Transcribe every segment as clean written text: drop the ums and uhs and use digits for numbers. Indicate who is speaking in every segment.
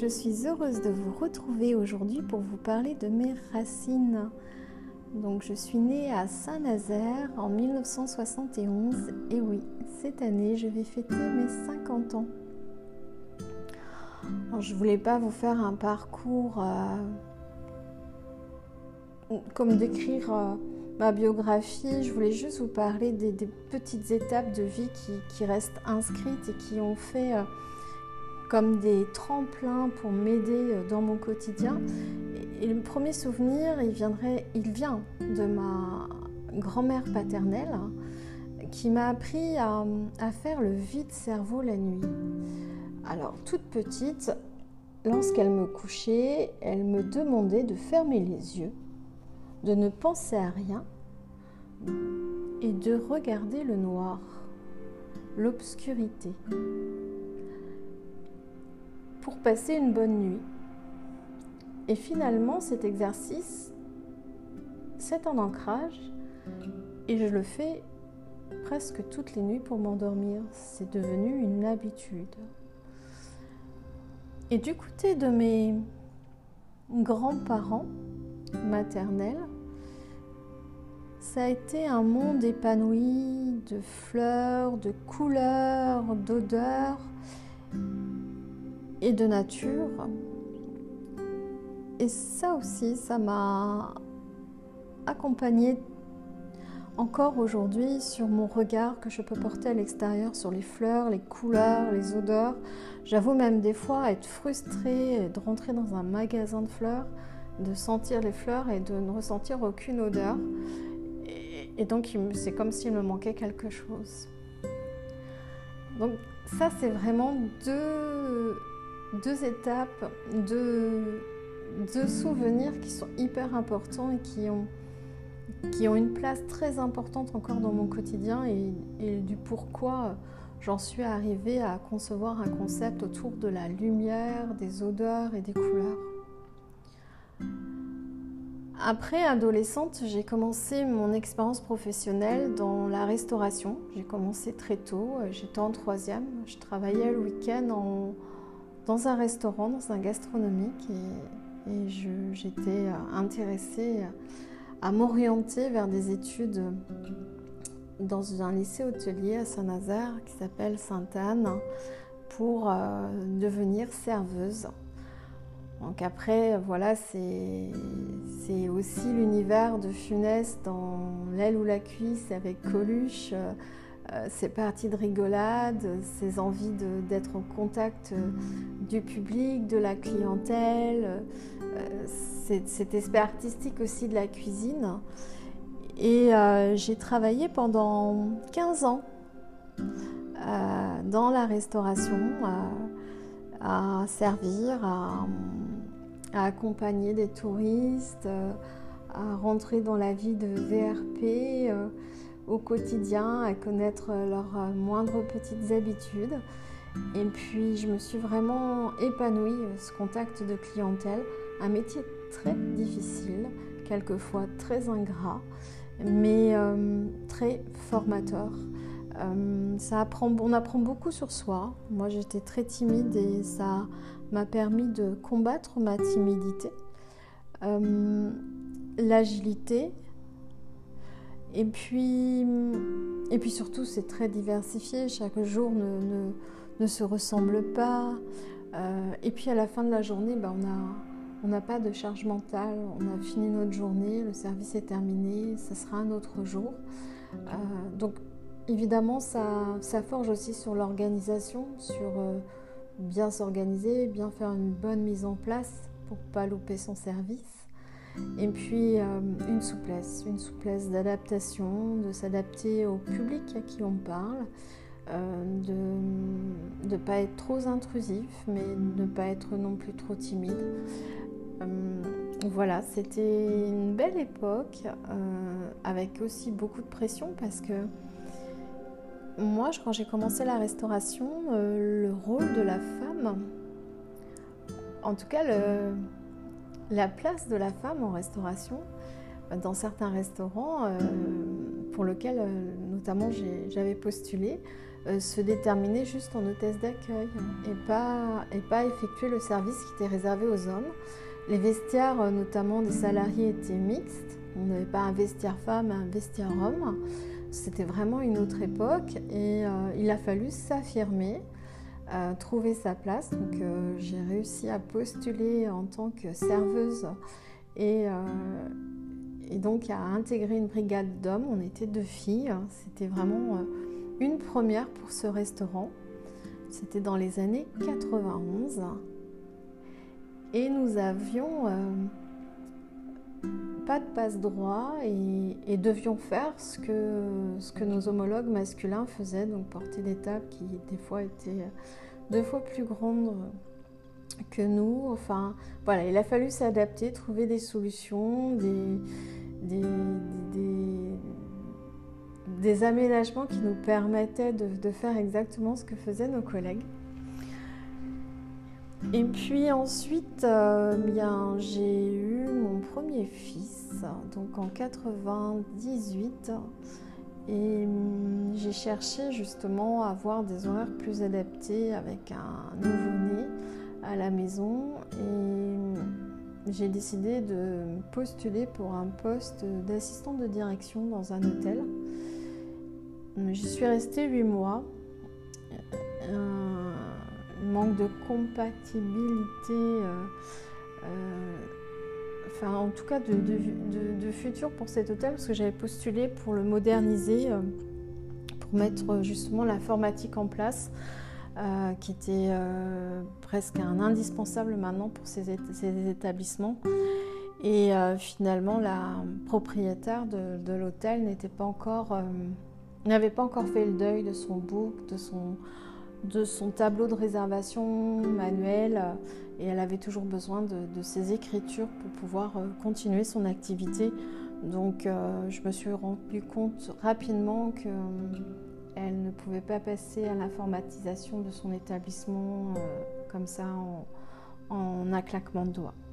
Speaker 1: Je suis heureuse de vous retrouver aujourd'hui pour vous parler de mes racines. Donc, je suis née à Saint-Nazaire en 1971 et oui, cette année, je vais fêter mes 50 ans. Alors, je ne voulais pas vous faire un parcours comme décrire ma biographie. Je voulais juste vous parler des petites étapes de vie qui restent inscrites et qui ont fait comme des tremplins pour m'aider dans mon quotidien. Et le premier souvenir, il vient de ma grand-mère paternelle qui m'a appris à faire le vide-cerveau la nuit. Alors, toute petite, lorsqu'elle me couchait, elle me demandait de fermer les yeux, de ne penser à rien et de regarder le noir, l'obscurité, pour passer une bonne nuit. Et finalement, cet exercice, c'est un ancrage et je le fais presque toutes les nuits pour m'endormir. C'est devenu une habitude. Et du côté de mes grands-parents maternels, ça a été un monde épanoui de fleurs, de couleurs, d'odeurs et de nature. Et ça aussi, ça m'a accompagnée encore aujourd'hui sur mon regard que je peux porter à l'extérieur sur les fleurs, les couleurs, les odeurs. J'avoue même des fois être frustrée de rentrer dans un magasin de fleurs, de sentir les fleurs et de ne ressentir aucune odeur. Et donc c'est comme s'il me manquait quelque chose. Donc ça, c'est vraiment deux étapes, deux souvenirs qui sont hyper importants et qui ont une place très importante encore dans mon quotidien et du pourquoi j'en suis arrivée à concevoir un concept autour de la lumière, des odeurs et des couleurs. Après, adolescente, j'ai commencé mon expérience professionnelle dans la restauration. J'ai commencé très tôt, j'étais en 3e. Je travaillais le week-end dans un restaurant, dans un gastronomique et j'étais intéressée à m'orienter vers des études dans un lycée hôtelier à Saint-Nazaire qui s'appelle Sainte-Anne pour devenir serveuse. Donc après, voilà, c'est aussi l'univers de Funès dans L'aile ou la cuisse avec Coluche, ces parties de rigolade, ces envies d'être en contact du public, de la clientèle, cet aspect artistique aussi de la cuisine. Et j'ai travaillé pendant 15 ans dans la restauration, à servir, à accompagner des touristes, à rentrer dans la vie de VRP au quotidien, à connaître leurs moindres petites habitudes. Et puis je me suis vraiment épanouie, ce contact de clientèle, un métier très difficile, quelquefois très ingrat, mais très formateur. On apprend beaucoup sur soi. Moi, j'étais très timide et ça m'a permis de combattre ma timidité, l'agilité. Et puis surtout, c'est très diversifié. Chaque jour ne se ressemble pas. Et puis à la fin de la journée, on n'a pas de charge mentale. On a fini notre journée, le service est terminé, ça sera un autre jour. Donc évidemment, ça forge aussi sur l'organisation, sur bien s'organiser, bien faire une bonne mise en place pour ne pas louper son service. Et puis une souplesse d'adaptation, de s'adapter au public à qui on parle, de ne pas être trop intrusif, mais de ne pas être non plus trop timide. Voilà, c'était une belle époque, avec aussi beaucoup de pression parce que moi, quand j'ai commencé la restauration, le rôle de la femme, en tout cas la place de la femme en restauration, dans certains restaurants pour lesquels notamment j'avais postulé, se déterminer juste en hôtesse d'accueil et pas effectuer le service qui était réservé aux hommes. Les vestiaires, notamment des salariés, étaient mixtes. On n'avait pas un vestiaire femme, un vestiaire homme. C'était vraiment une autre époque et il a fallu s'affirmer, trouver sa place. Donc j'ai réussi à postuler en tant que serveuse et donc à intégrer une brigade d'hommes. On était 2 filles. C'était vraiment une première pour ce restaurant. C'était dans les années 91. Et nous avions pas de passe-droit et devions faire ce que nos homologues masculins faisaient, donc porter des tables qui des fois étaient 2 fois plus grandes que nous. Enfin, voilà, il a fallu s'adapter, trouver des solutions, des aménagements qui nous permettaient de faire exactement ce que faisaient nos collègues. Et puis ensuite, j'ai eu mon premier fils, donc en 98, et j'ai cherché justement à avoir des horaires plus adaptés avec un nouveau-né à la maison, et j'ai décidé de postuler pour un poste d'assistante de direction dans un hôtel. J'y suis restée 8 mois. Manque de compatibilité, enfin en tout cas de futur pour cet hôtel, parce que j'avais postulé pour le moderniser, pour mettre justement l'informatique en place, qui était presque un indispensable maintenant pour ces établissements. Et finalement la propriétaire de l'hôtel n'avait pas encore fait le deuil de son book, de son tableau de réservation manuel, et elle avait toujours besoin de ses écritures pour pouvoir continuer son activité. Donc je me suis rendu compte rapidement qu'elle ne pouvait pas passer à l'informatisation de son établissement comme ça en un claquement de doigts.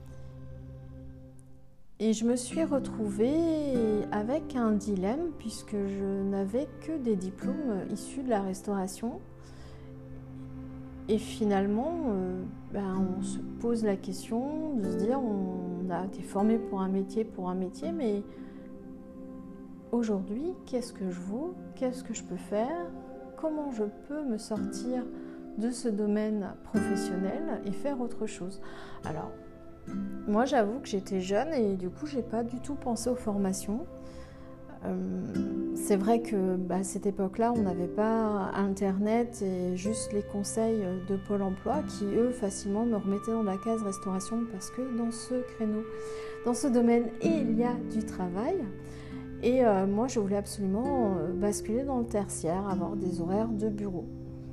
Speaker 1: Et je me suis retrouvée avec un dilemme, puisque je n'avais que des diplômes issus de la restauration. Et finalement, on se pose la question de se dire, on a été formé pour un métier, mais aujourd'hui, qu'est-ce que je vaux? Qu'est-ce que je peux faire? Comment je peux me sortir de ce domaine professionnel et faire autre chose? Alors, moi, j'avoue que j'étais jeune et du coup, j'ai pas du tout pensé aux formations. C'est vrai que à cette époque-là, on n'avait pas Internet et juste les conseils de Pôle emploi qui, eux, facilement me remettaient dans la case restauration, parce que dans ce créneau, dans ce domaine, il y a du travail. Et moi, je voulais absolument basculer dans le tertiaire, avoir des horaires de bureau.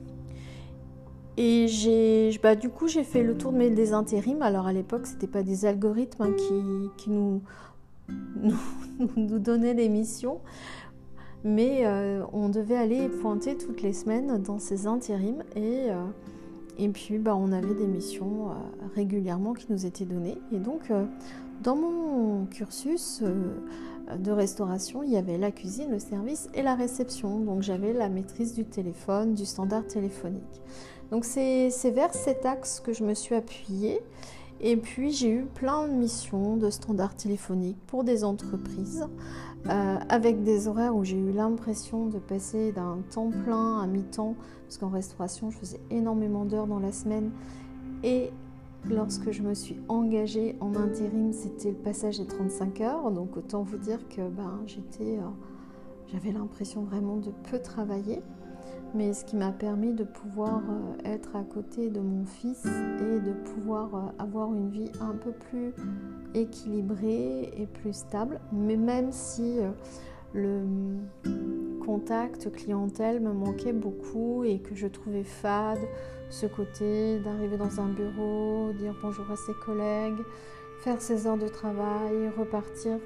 Speaker 1: Et du coup, j'ai fait le tour des intérims. Alors à l'époque, ce n'était pas des algorithmes qui nous donnaient les missions, mais on devait aller pointer toutes les semaines dans ces intérims, et puis on avait des missions régulièrement qui nous étaient données. Et donc dans mon cursus de restauration, il y avait la cuisine, le service et la réception. Donc j'avais la maîtrise du téléphone, du standard téléphonique. Donc c'est vers cet axe que je me suis appuyée. Et puis j'ai eu plein de missions de standard téléphonique pour des entreprises, avec des horaires où j'ai eu l'impression de passer d'un temps plein à mi-temps, parce qu'en restauration je faisais énormément d'heures dans la semaine, et lorsque je me suis engagée en intérim, c'était le passage des 35 heures, donc autant vous dire que j'avais l'impression vraiment de peu travailler. Mais ce qui m'a permis de pouvoir être à côté de mon fils et de pouvoir avoir une vie un peu plus équilibrée et plus stable. Mais même si le contact clientèle me manquait beaucoup et que je trouvais fade, ce côté d'arriver dans un bureau, dire bonjour à ses collègues, faire ses heures de travail, repartir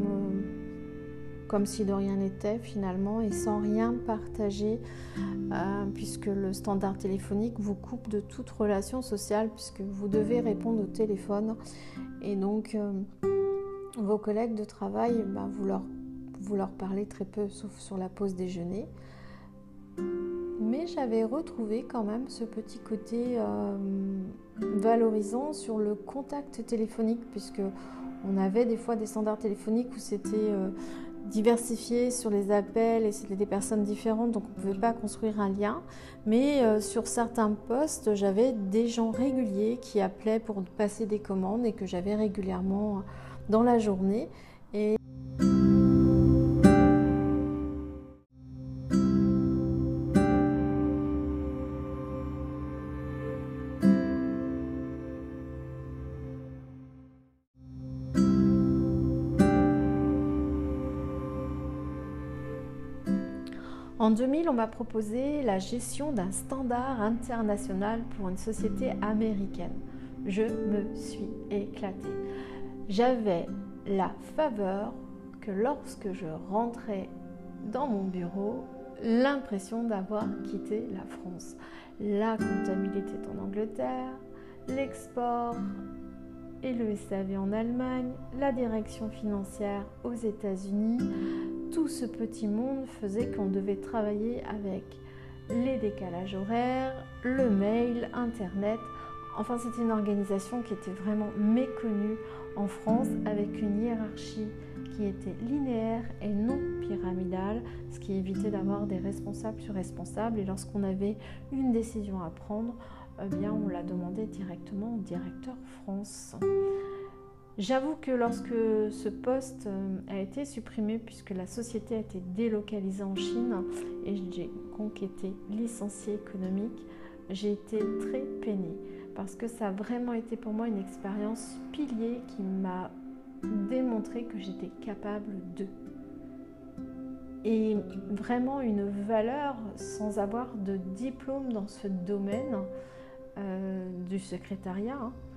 Speaker 1: comme si de rien n'était finalement, et sans rien partager, puisque le standard téléphonique vous coupe de toute relation sociale, puisque vous devez répondre au téléphone, et donc vos collègues de travail, vous leur parlez très peu, sauf sur la pause déjeuner. mais j'avais retrouvé quand même ce petit côté valorisant sur le contact téléphonique, puisque on avait des fois des standards téléphoniques où c'était diversifié sur les appels et c'était des personnes différentes, donc on ne pouvait pas construire un lien. Mais sur certains postes, j'avais des gens réguliers qui appelaient pour passer des commandes et que j'avais régulièrement dans la journée. Et en 2000, on m'a proposé la gestion d'un standard international pour une société américaine. Je me suis éclatée. J'avais la faveur que lorsque je rentrais dans mon bureau, l'impression d'avoir quitté la France. La comptabilité est en Angleterre, l'export et le SAV en Allemagne, la direction financière aux États-Unis. Tout ce petit monde faisait qu'on devait travailler avec les décalages horaires, le mail, Internet. Enfin, c'était une organisation qui était vraiment méconnue en France, avec une hiérarchie qui était linéaire et non pyramidale, ce qui évitait d'avoir des responsables sur responsables. Et lorsqu'on avait une décision à prendre, eh bien, on la demandait directement au directeur France. J'avoue que lorsque ce poste a été supprimé, puisque la société a été délocalisée en Chine et j'ai donc été licenciée économique, j'ai été très peinée parce que ça a vraiment été pour moi une expérience pilier qui m'a démontré que j'étais capable de. Et vraiment une valeur sans avoir de diplôme dans ce domaine du secrétariat,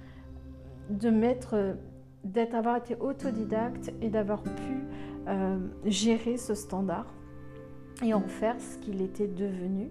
Speaker 1: d'avoir été autodidacte et d'avoir pu gérer ce standard et en faire ce qu'il était devenu.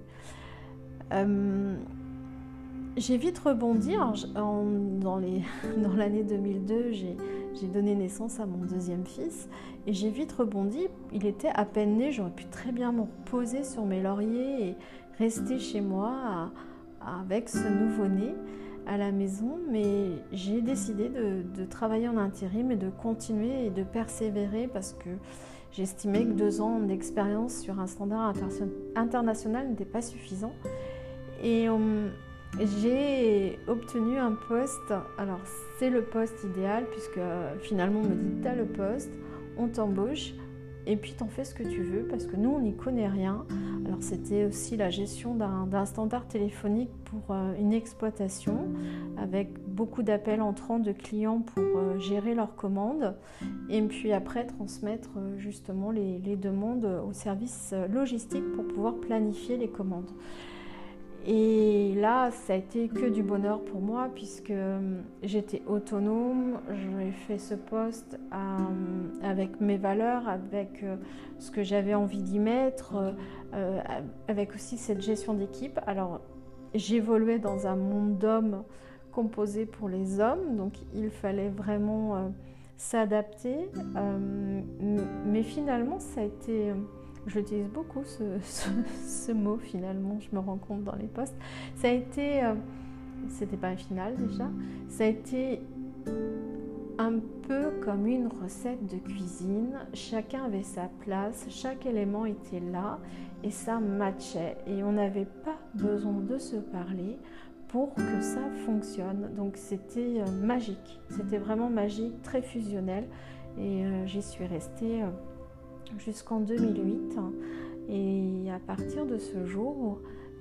Speaker 1: J'ai vite rebondi. Dans l'année 2002, j'ai donné naissance à mon deuxième fils et j'ai vite rebondi. Il était à peine né, j'aurais pu très bien me reposer sur mes lauriers et rester chez moi avec ce nouveau-né à la maison, mais j'ai décidé de travailler en intérim et de continuer et de persévérer parce que j'estimais que 2 ans d'expérience sur un standard international n'était pas suffisant. Et j'ai obtenu un poste. Alors c'est le poste idéal puisque finalement on me dit t'as le poste, on t'embauche et puis t'en fais ce que tu veux parce que nous on n'y connaît rien. Alors c'était aussi la gestion d'un standard téléphonique pour une exploitation avec beaucoup d'appels entrants de clients pour gérer leurs commandes et puis après transmettre justement les demandes au service logistique pour pouvoir planifier les commandes. Et là, ça a été que du bonheur pour moi puisque j'étais autonome, j'ai fait ce poste avec mes valeurs, avec ce que j'avais envie d'y mettre, avec aussi cette gestion d'équipe. Alors, j'évoluais dans un monde d'hommes composé pour les hommes, donc il fallait vraiment s'adapter. Mais finalement, ça a été... Je l'utilise beaucoup ce mot finalement, je me rends compte dans les posts. Ça a été, c'était pas un final déjà, ça a été un peu comme une recette de cuisine. Chacun avait sa place, chaque élément était là et ça matchait. Et on n'avait pas besoin de se parler pour que ça fonctionne. Donc c'était magique, c'était vraiment magique, très fusionnel. Et j'y suis restée... jusqu'en 2008 et à partir de ce jour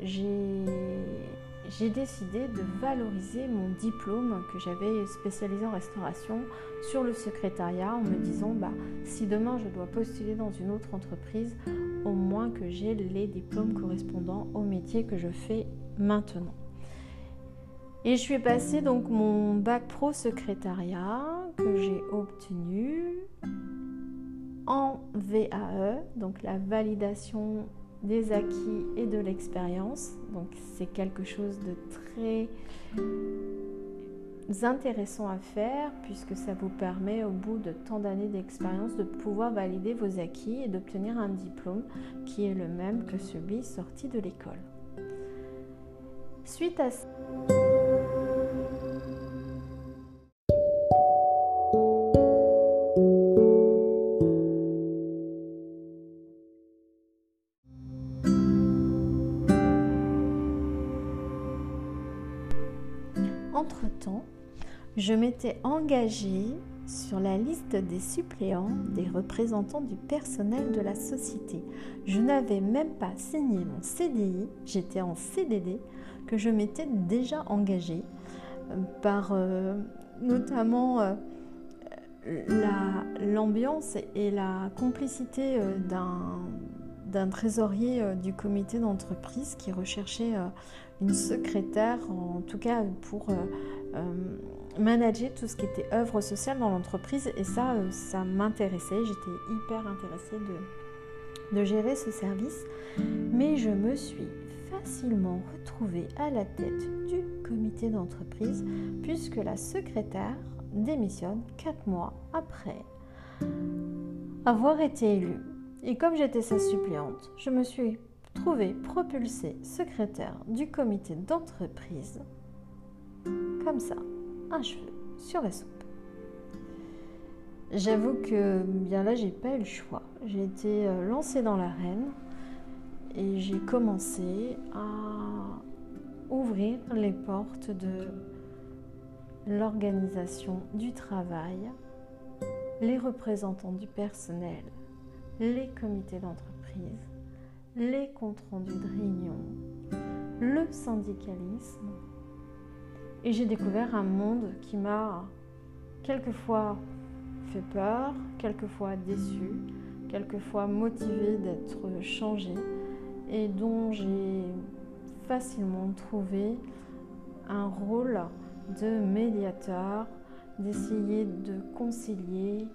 Speaker 1: j'ai décidé de valoriser mon diplôme que j'avais spécialisé en restauration sur le secrétariat en me disant si demain je dois postuler dans une autre entreprise, au moins que j'ai les diplômes correspondant au métier que je fais maintenant. Et je suis passée donc mon bac pro secrétariat que j'ai obtenu en VAE, donc la validation des acquis et de l'expérience. Donc c'est quelque chose de très intéressant à faire puisque ça vous permet au bout de tant d'années d'expérience de pouvoir valider vos acquis et d'obtenir un diplôme qui est le même que celui sorti de l'école. Suite à ça, entre-temps, je m'étais engagée sur la liste des suppléants des représentants du personnel de la société. Je n'avais même pas signé mon CDI, j'étais en CDD, que je m'étais déjà engagée par notamment l'ambiance et la complicité d'un trésorier du comité d'entreprise qui recherchait une secrétaire, en tout cas pour manager tout ce qui était œuvre sociale dans l'entreprise. Et ça m'intéressait, j'étais hyper intéressée de gérer ce service. Mais je me suis facilement retrouvée à la tête du comité d'entreprise puisque la secrétaire démissionne 4 mois après avoir été élue. Et comme j'étais sa suppléante, je me suis trouvée propulsée secrétaire du comité d'entreprise. Comme ça, un cheveu sur la soupe. J'avoue que bien là, j'ai pas eu le choix. J'ai été lancée dans l'arène et j'ai commencé à ouvrir les portes de l'organisation du travail, les représentants du personnel, les comités d'entreprise, les comptes rendus de réunion, le syndicalisme. Et j'ai découvert un monde qui m'a quelquefois fait peur, quelquefois déçu, quelquefois motivé d'être changé et dont j'ai facilement trouvé un rôle de médiateur, d'essayer de concilier,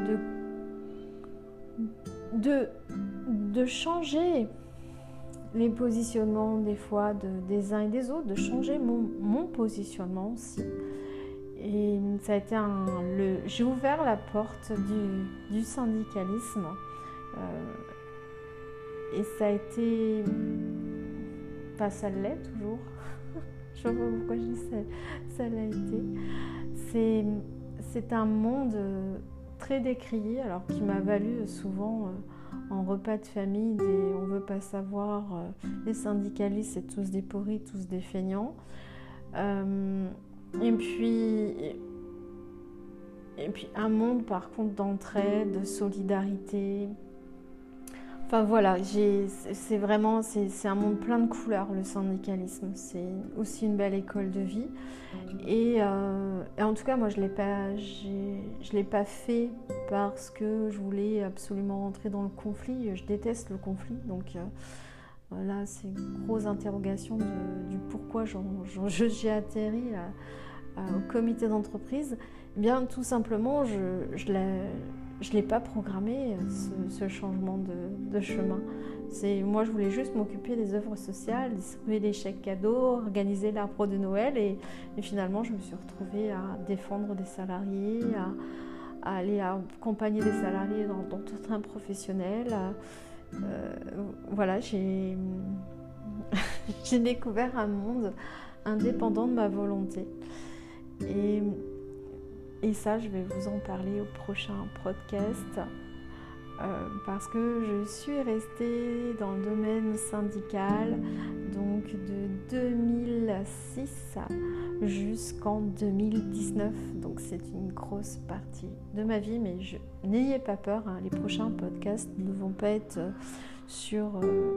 Speaker 1: de changer les positionnements des fois des uns et des autres, de changer mon positionnement aussi. Et ça a été j'ai ouvert la porte du syndicalisme et ça a été, pas ça l'est toujours, je ne sais pas pourquoi je dis ça l'a été. C'est un monde très décrié, alors qui m'a valu souvent en repas de famille on veut pas savoir, les syndicalistes c'est tous des pourris, tous des feignants. Et puis un monde par contre d'entraide, de solidarité. Enfin voilà, c'est un monde plein de couleurs, le syndicalisme. C'est aussi une belle école de vie. Et en tout cas, moi, je l'ai pas fait parce que je voulais absolument rentrer dans le conflit. Je déteste le conflit, donc voilà, c'est une grosse interrogation du pourquoi j'ai atterri au comité d'entreprise. Eh bien, tout simplement, je l'ai pas programmé, ce changement de chemin. Moi, je voulais juste m'occuper des œuvres sociales, distribuer des chèques cadeaux, organiser l'arbre de Noël. Et finalement, je me suis retrouvée à défendre des salariés, à aller accompagner des salariés dans tout un professionnel. Voilà, j'ai découvert un monde indépendant de ma volonté. Et ça, je vais vous en parler au prochain podcast parce que je suis restée dans le domaine syndical donc de 2006 jusqu'en 2019. Donc c'est une grosse partie de ma vie, mais n'ayez pas peur, hein, les prochains podcasts ne vont pas être sur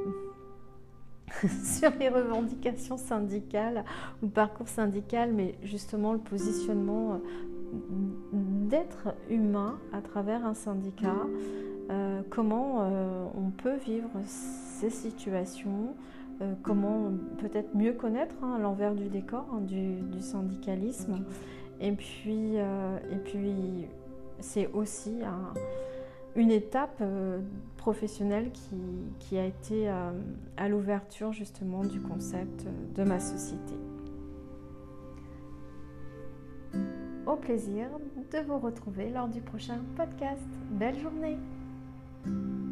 Speaker 1: les revendications syndicales ou le parcours syndical, mais justement le positionnement d'être humain à travers un syndicat, comment on peut vivre ces situations, comment peut-être mieux connaître l'envers du décor du syndicalisme. Et puis c'est aussi une étape professionnelle qui a été à l'ouverture justement du concept de ma société. Au plaisir de vous retrouver lors du prochain podcast. Belle journée!